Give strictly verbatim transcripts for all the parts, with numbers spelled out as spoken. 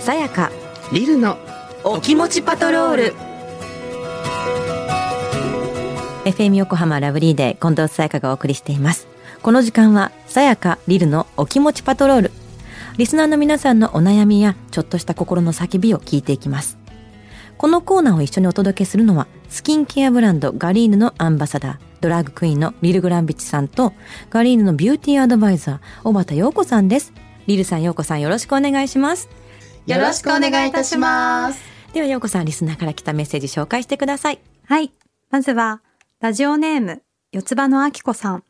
さやかリルのお気持ちパトロール。 エフエム 横浜ラブリーデー近藤さやかがお送りしています。この時間はさやかリルのお気持ちパトロール。リスナーの皆さんのお悩みやちょっとした心の叫びを聞いていきます。このコーナーを一緒にお届けするのはスキンケアブランドガリーヌのアンバサダー、ドラッグクイーンのリル・グランビチさんとガリーヌのビューティーアドバイザー小畑陽子さんです。リルさん、陽子さん、よろしくお願いします。 よろしくお願いいたします。 では陽子さん、リスナーから来たメッセージ紹介してください。 はい、まずはラジオネーム四つ葉のあきこさん。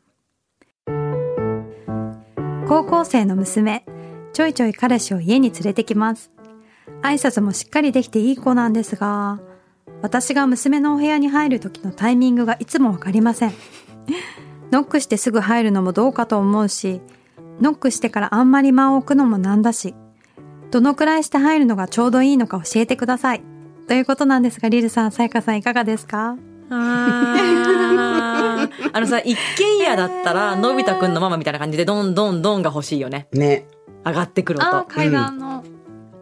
高校生の娘、ちょいちょい彼氏を家に連れてきます。挨拶もしっかりできていい子なんですが、私が娘のお部屋に入る時のタイミングがいつもわかりません。ノックしてすぐ入るのもどうかと思うし、ノックしてからあんまり間を置くのもなんだし、どのくらいして入るのがちょうどいいのか教えてくださいということなんですが、リルさん、さやかさん、いかがですか？ ああのさ、一軒家だったらのび太くんのママみたいな感じでドンドンドンが欲しいよね。 ね、 上がってくるあ、 と階段の、うん、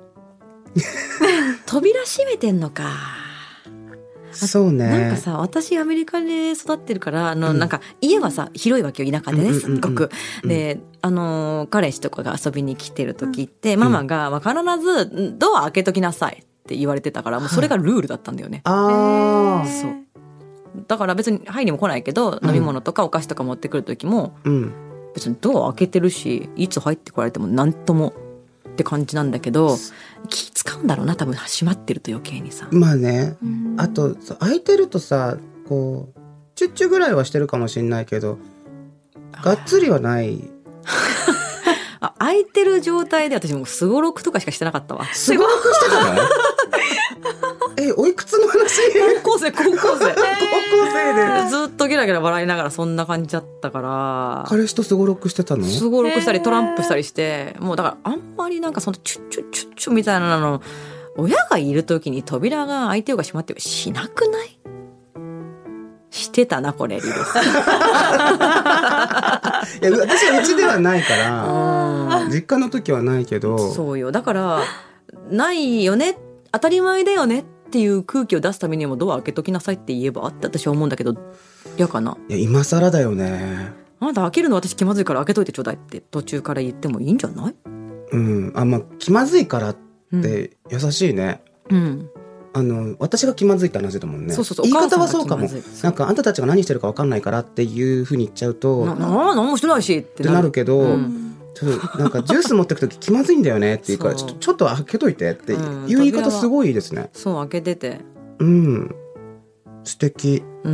扉閉めてんのか。 そうね。 なんかさ、私アメリカで育ってるからあの、うん、なんか家はさ広いわけよ、田舎でね、すっごく、うんうんうん、であの彼氏とかが遊びに来てる時って、うん、ママが必ずドア開けときなさいって言われてたから、もうそれがルールだったんだよね、 はい、あそうだから別に入りも来ないけど、飲み物とかお菓子とか持ってくる時も、うん、別にドア開けてるし、いつ入ってこられても何ともって感じなんだけど、気使うんだろうな、多分閉まってると余計にさ。 まあね、あと開いてるとさ、こうチュッチュぐらいはしてるかもしれないけど、がっつりはないあ、開いてる状態で私もすごろくとかしかしてなかったわ。 すごろくしてたの？え、おいくつの話？ 高校生高校生高校生でずっとゲラゲラ笑いながらそんな感じだったから。 彼氏とすごろくしてたの？ すごろくしたりトランプしたりして、もうだからあんまりなんかそのチュッチュッチュッチュみたいなの、親がいる時に扉が開いてようが閉まってようがしなくない？してたな、これリルさん。いや、私はうちではないから実家の時はないけど。 そうよ、だからないよね、当たり前だよねっていう空気を出すためにもドア開けときなさいって言えばあって私は思うんだけど、嫌かな。 いや、今更だよね。 あなた開けるの私気まずいから開けといてちょうだいって途中から言ってもいいんじゃない？ うん、あ、まあ気まずいからって優しいね。うん、あの私が気まずいって話だもんね。 そうそうそう、 言い方はそうかも。なんかあんたたちが何してるか分かんないからっていう風に言っちゃうと、 なな何もしてないしってなる、 なるけど、うん、ちょっとなんかジュース持ってくとき気まずいんだよねっていうからちょっと、ちょっと開けといてっていう言い方すごいいいですね。 そう、開けてて、 うん、素敵。 うん、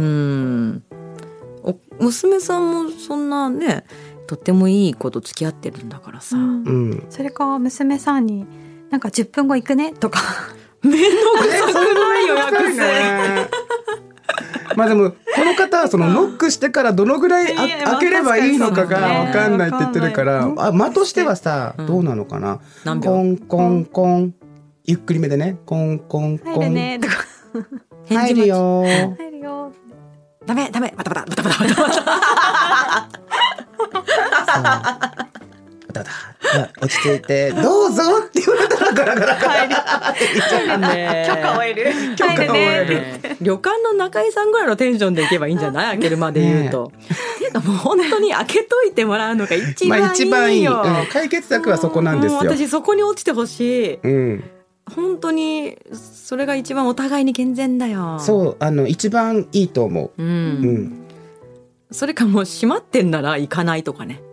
お娘さんもそんなね、とってもいい子と付き合ってるんだからさ、うんうん、それか娘さんになんかじゅっぷんご行くねとか面倒くさくないよ、約束。 まあでもこの方はそのノックしてからどのぐらいあ開ければいいのかが分かんないって言ってるから、あ、間としてはさ、どうなのかな、うん、コンコンコン、ゆっくりめでね、コンコンコン、 入るねとか入るよ入るよ、 ダメダメ、バタバタバタバタバタバタだだ落ち着いてどうぞって言われたらガラガラガラ入るね、許可を得る、 許可を得る、 ね、旅館の中井さんぐらいのテンションで行けばいいんじゃない？開けるまで言うと、ね、っていうかもう本当に開けといてもらうのが一番いいよ、まあ、一番いい、うん、 解決策はそこなんですよ。 私そこに落ちてほしい、 うん、 本当にそれが一番お互いに健全だよ。 そう、あの一番いいと思う、うんうん、 それかもう閉まってんなら行かないとかね。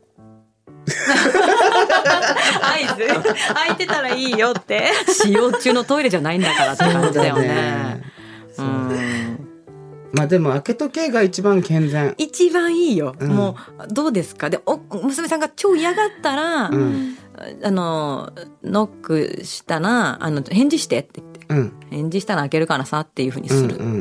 合図開いてたらいいよって使用中のトイレじゃないんだからって感じだよね。 そうだね、うん、まあでも開けとけが一番健全、 一番いいよ、うん、もうどうですか。でお娘さんが超嫌がったら、うん、あのノックしたらあの返事してって言って、うん、返事したら開けるからさっていう風にする、うんうん、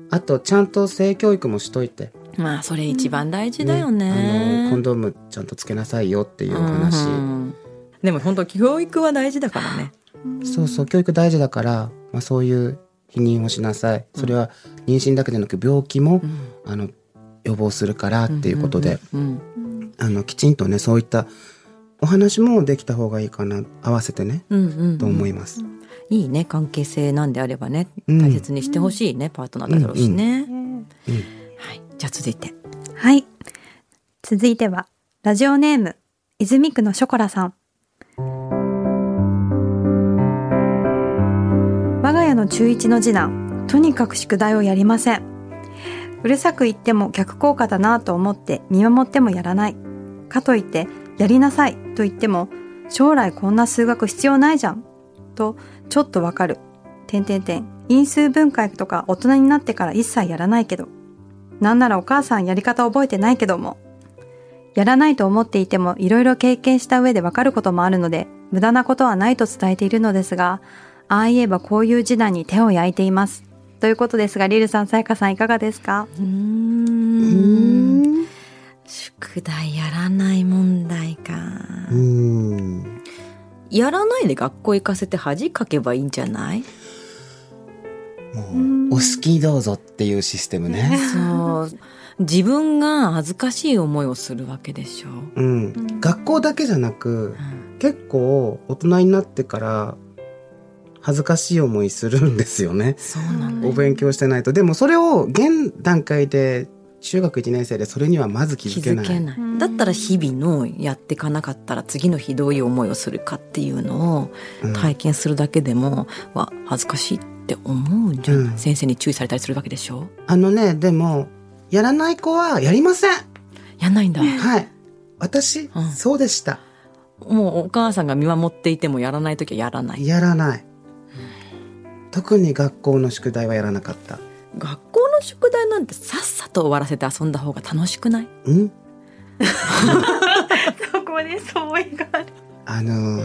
あとちゃんと性教育もしといて、 まあそれ一番大事だよね、 ね、あのコンドームちゃんとつけなさいよっていうお話、うん、 でも本当教育は大事だからね。 そうそう、教育大事だから、まあ、そういう避妊をしなさい、それは妊娠だけでなく病気も、うん、あの予防するからっていうことで、うんうんうん、あのきちんとねそういったお話もできた方がいいかな、合わせてね、 うんうんうん、 と思います。 いいね、関係性なんであればね、大切にしてほしいね、うん、パートナーだろうしね、うんうんうん、はい、じゃあ続いて、 はい、続いてはラジオネーム泉区のショコラさん。我が家の中いちの次男、とにかく宿題をやりません。うるさく言っても逆効果だなと思って見守ってもやらない。かといってやりなさいと言っても将来こんな数学必要ないじゃんとちょっとわかる。点点点因数分解とか大人になってから一切やらないけど、なんならお母さんやり方覚えてないけども、やらないと思っていてもいろいろ経験した上でわかることもあるので無駄なことはないと伝えているのですが、ああ言えばこういう次男に手を焼いていますということですが、リルさん、さやかさんいかがですか？ うーん、宿題やらない問題か。うーん、やらないで学校行かせて恥かけばいいんじゃない？ もうお好きどうぞっていうシステムね。 そう、自分が恥ずかしい思いをするわけでしょ、 うん、学校だけじゃなく、うん、結構大人になってから恥ずかしい思いするんですよね。 そうなんだ。 お勉強してないと。でもそれを現段階で中学いちねん生でそれにはまず気づけない。 気づけない。だったら日々のやっていかなかったら次の日どういう思いをするかっていうのを体験するだけでも、うん、わ恥ずかしいって思うんじゃない、うん、先生に注意されたりするわけでしょ。 あのね、でもやらない子はやりません。 やんないんだ。 はい、私、うん、そうでした。 もうお母さんが見守っていてもやらないときはやらない。 やらない。特に学校の宿題はやらなかった。 学校の宿題なんてさっさと終わらせて遊んだ方が楽しくない？うん。 そこで相違がある。 あの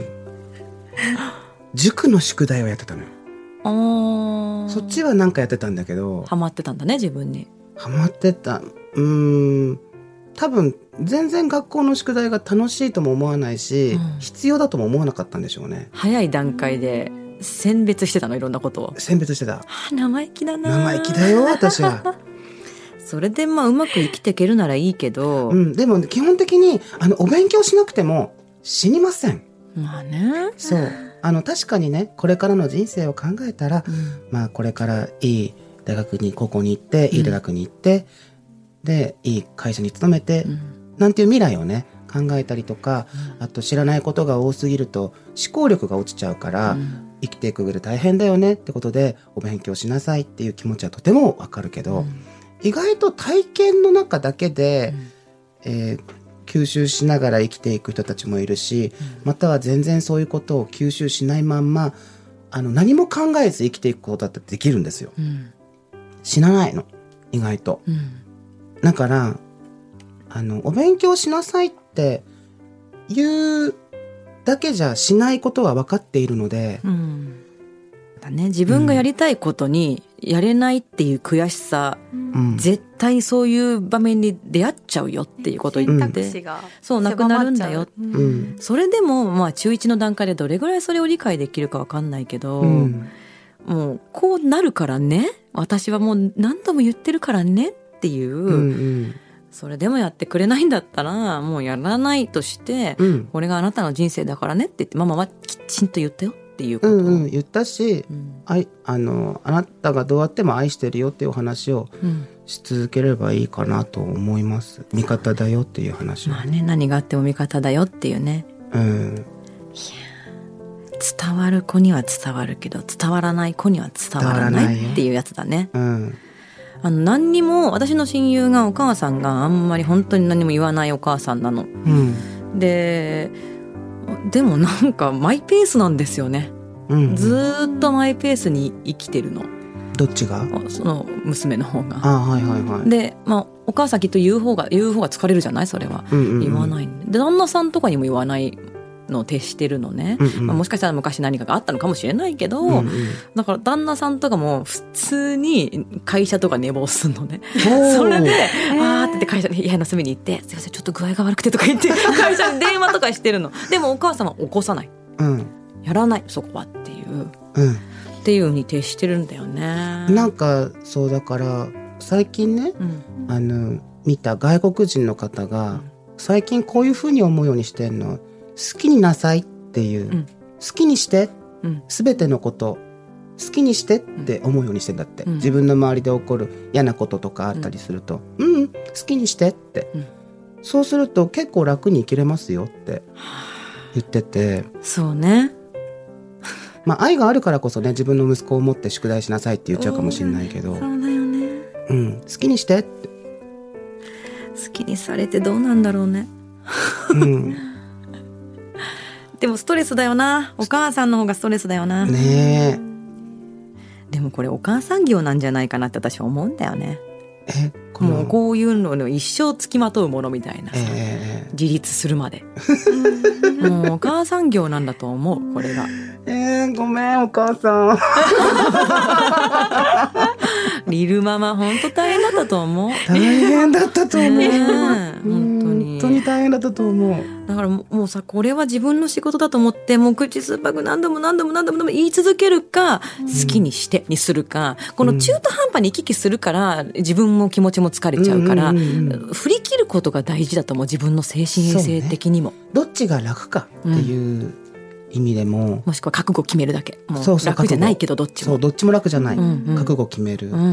塾の宿題をやってたのよ。あ、そっちはなんかやってたんだけど。 ハマってたんだね、自分に。 ハマってた。うーん。多分全然学校の宿題が楽しいとも思わないし、うん、必要だとも思わなかったんでしょうね。 早い段階で選別してたの、いろんなことを。 選別してた。 生意気だな。 生意気だよ私は。 それでまあうまく生きていけるならいいけど、 うん、でも基本的にあのお勉強しなくても死にません。 まあね。 そう、あの確かにね、これからの人生を考えたら、うん、まあこれからいい大学に高校に行って、うん、いい大学に行って、でいい会社に勤めて、うん、なんていう未来をね考えたりとか、うん、あと知らないことが多すぎると思考力が落ちちゃうから、うん、生きていく上で大変だよねってことでお勉強しなさいっていう気持ちはとてもわかるけど、うん、意外と体験の中だけで、うんえー、吸収しながら生きていく人たちもいるし、うん、または全然そういうことを吸収しないまんまあの何も考えず生きていくことだってできるんですよ、うん、死なないの意外と、うん、だからあのお勉強しなさいって言うだけじゃしないことは分かっているので、うん、 だね、自分がやりたいことにやれないっていう悔しさ、うん、絶対そういう場面に出会っちゃうよっていうことを言って、うん、そうなくなるんだよ、うん、それでもまあ中いちの段階でどれぐらいそれを理解できるか分かんないけど、うん、もうこうなるからね、私はもう何度も言ってるからねっていう、うんうん、それでもやってくれないんだったらもうやらないとして、うん、これがあなたの人生だからねって言ってママはきちんと言ったよっていうことを、うんうん、 言ったし、うん、あいあのあなたがどうやっても愛してるよっていう話をし続ければいいかなと思います、うん、味方だよっていう話を、 まあね、何があっても味方だよっていうね、うん、いや伝わる子には伝わるけど伝わらない子には伝わらないっていうやつだね、うん、あの何にも私の親友がお母さんがあんまり本当に何も言わないお母さんなの、うん、ででもなんかマイペースなんですよね、うん、ずっとマイペースに生きてるの。 どっちが？ その娘の方が。 あ、はいはいはい。 で、まあ、お母さんきっと言う方が言う方が疲れるじゃないそれは、うんうんうん、言わないんで、で旦那さんとかにも言わないのを徹してるのね、うんうんまあ、もしかしたら昔何かがあったのかもしれないけど、うんうん、だから旦那さんとかも普通に会社とか寝坊するのねそれであーって言って会社に家の隅に行ってすいませんちょっと具合が悪くてとか言って会社に電話とかしてるのでもお母さんは起こさない、うん、やらないそこはっていう、うん、っていう風に徹してるんだよね。 なんかそうだから最近ね、うん、あの見た外国人の方が、うん、最近こういう風に思うようにしてんの、好好きになさいっていう、うん、好きにしてすべ、うん、てのこと好きにしてって思うようにしてんだって、うん、自分の周りで起こる嫌なこととかあったりすると、うん、うん、好きにしてって、うん、そうすると結構楽に生きれますよって言ってて、 そうねまあ愛があるからこそね、自分の息子を持って宿題しなさいって言っちゃうかもしれないけど、 そうだよね、 うん、好きにしてって好きにされてどうなんだろうね、うんでもストレスだよな、お母さんの方がストレスだよなねえ。でもこれお母さん業なんじゃないかなって私は思うんだよね。 えもうこういうのの一生つきまとうものみたいなさ、 えー、 自立するまでもうお母さん業なんだと思う、これが。 えー、ごめんお母さんリルママ本当大変だったと思う。 大変だったと思う、ね、 本当に本当に大変だったと思う。 だからもうさ、これは自分の仕事だと思ってもう口酸っぱく何度も何度も何度も言い続けるか、好きにしてにするか、この中途半端に行き来するから自分も気持ちも疲れちゃうから、うんうんうん、振り切ることが大事だと思う、自分の精神衛生的にも、ね、 どっちが楽かっていう意味でも、うん、 もしくは覚悟決めるだけ、もう楽じゃないけどどっちも、 そうどっちも楽じゃない、うんうん、覚悟決めるだけ、うん、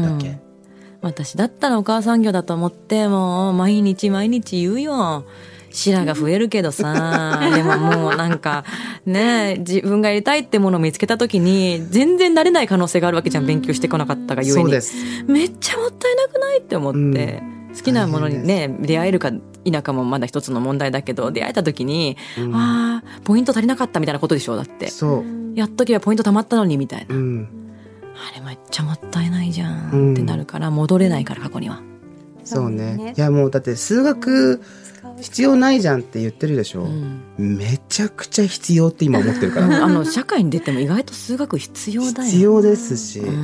私だったらお母さん業だと思ってもう毎日毎日言うよ、白が増えるけどさでももうなんかね、自分がやりたいってものを見つけた時に全然慣れない可能性があるわけじゃん、勉強してこなかったがゆえに。 そうです、 めっちゃもったいなくないって思って、うん、好きなものにね出会えるか否かもまだ一つの問題だけど、出会えた時に、うん、あーポイント足りなかったみたいなことでしょ。だってそうやっとけばポイント貯まったのにみたいな、 うん、 あれめっちゃもったいないじゃんってなるから、戻れないから過去には。 そうね、いやもうだって数学必要ないじゃんって言ってるでしょ、うん、めちゃくちゃ必要って今思ってるからあの社会に出ても意外と数学必要だよ。 必要ですし、うんうん、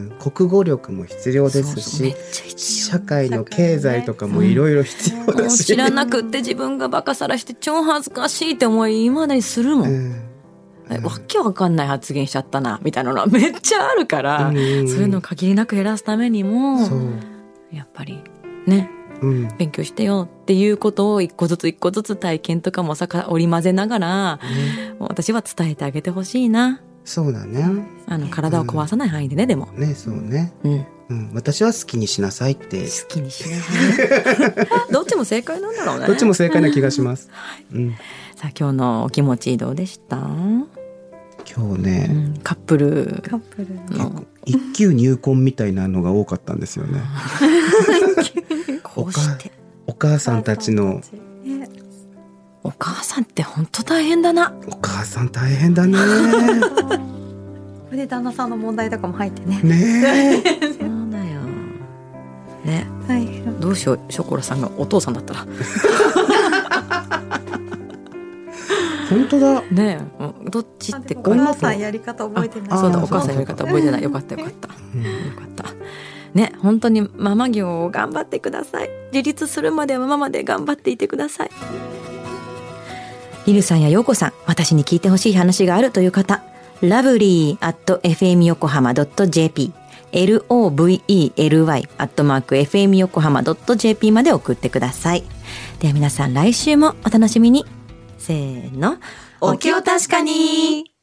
国語力も必要ですし、そうそうめっちゃ必要、社会の経済とかもいろいろ必要だし、 うん、知らなくって自分がバカさらして超恥ずかしいって思い今までにするもん、うんうん、わけわかんない発言しちゃったなみたいなのはめっちゃあるから、うんうん、そういうのを限りなく減らすためにもそうやっぱりね、うん、勉強してよっていうことを一個ずつ一個ずつ体験とかもさ織り交ぜながら、うん、私は伝えてあげてほしいな。 そうだね、 あの体を壊さない範囲でね、うん、でもね、そうね、うんうん、私は好きにしなさいって好きにしなさいどっちも正解なんだろうね。 どっちも正解な気がします、 はい、うん、さあ今日のお気持ちどうでした？ 今日ね、うん、 カップルカップルの一級入魂みたいなのが多かったんですよねこうしてお母さんたちのお母さんって本当大変だな。 お母さん大変だねこれで旦那さんの問題とかも入ってね。 ねそうだよね、 はい、 どうしよう、ショコラさんがお父さんだったら本当だねえ、どっちってお母さんやり方覚えてない。 そうだ、お母さんやり方覚えてない。よかったよかった、うん、よかったね。本当にママ業を頑張ってください。自立するまではママで頑張っていてください。リルさんやヨーコさん、私に聞いてほしい話があるという方、ラブリー アット エフエム 横浜 ドット ジェーピー ロブイエルワイ アットマーク エフエム 横浜 ドット ジェーピー まで送ってください。では皆さん来週もお楽しみに。せーの、お気を確かに。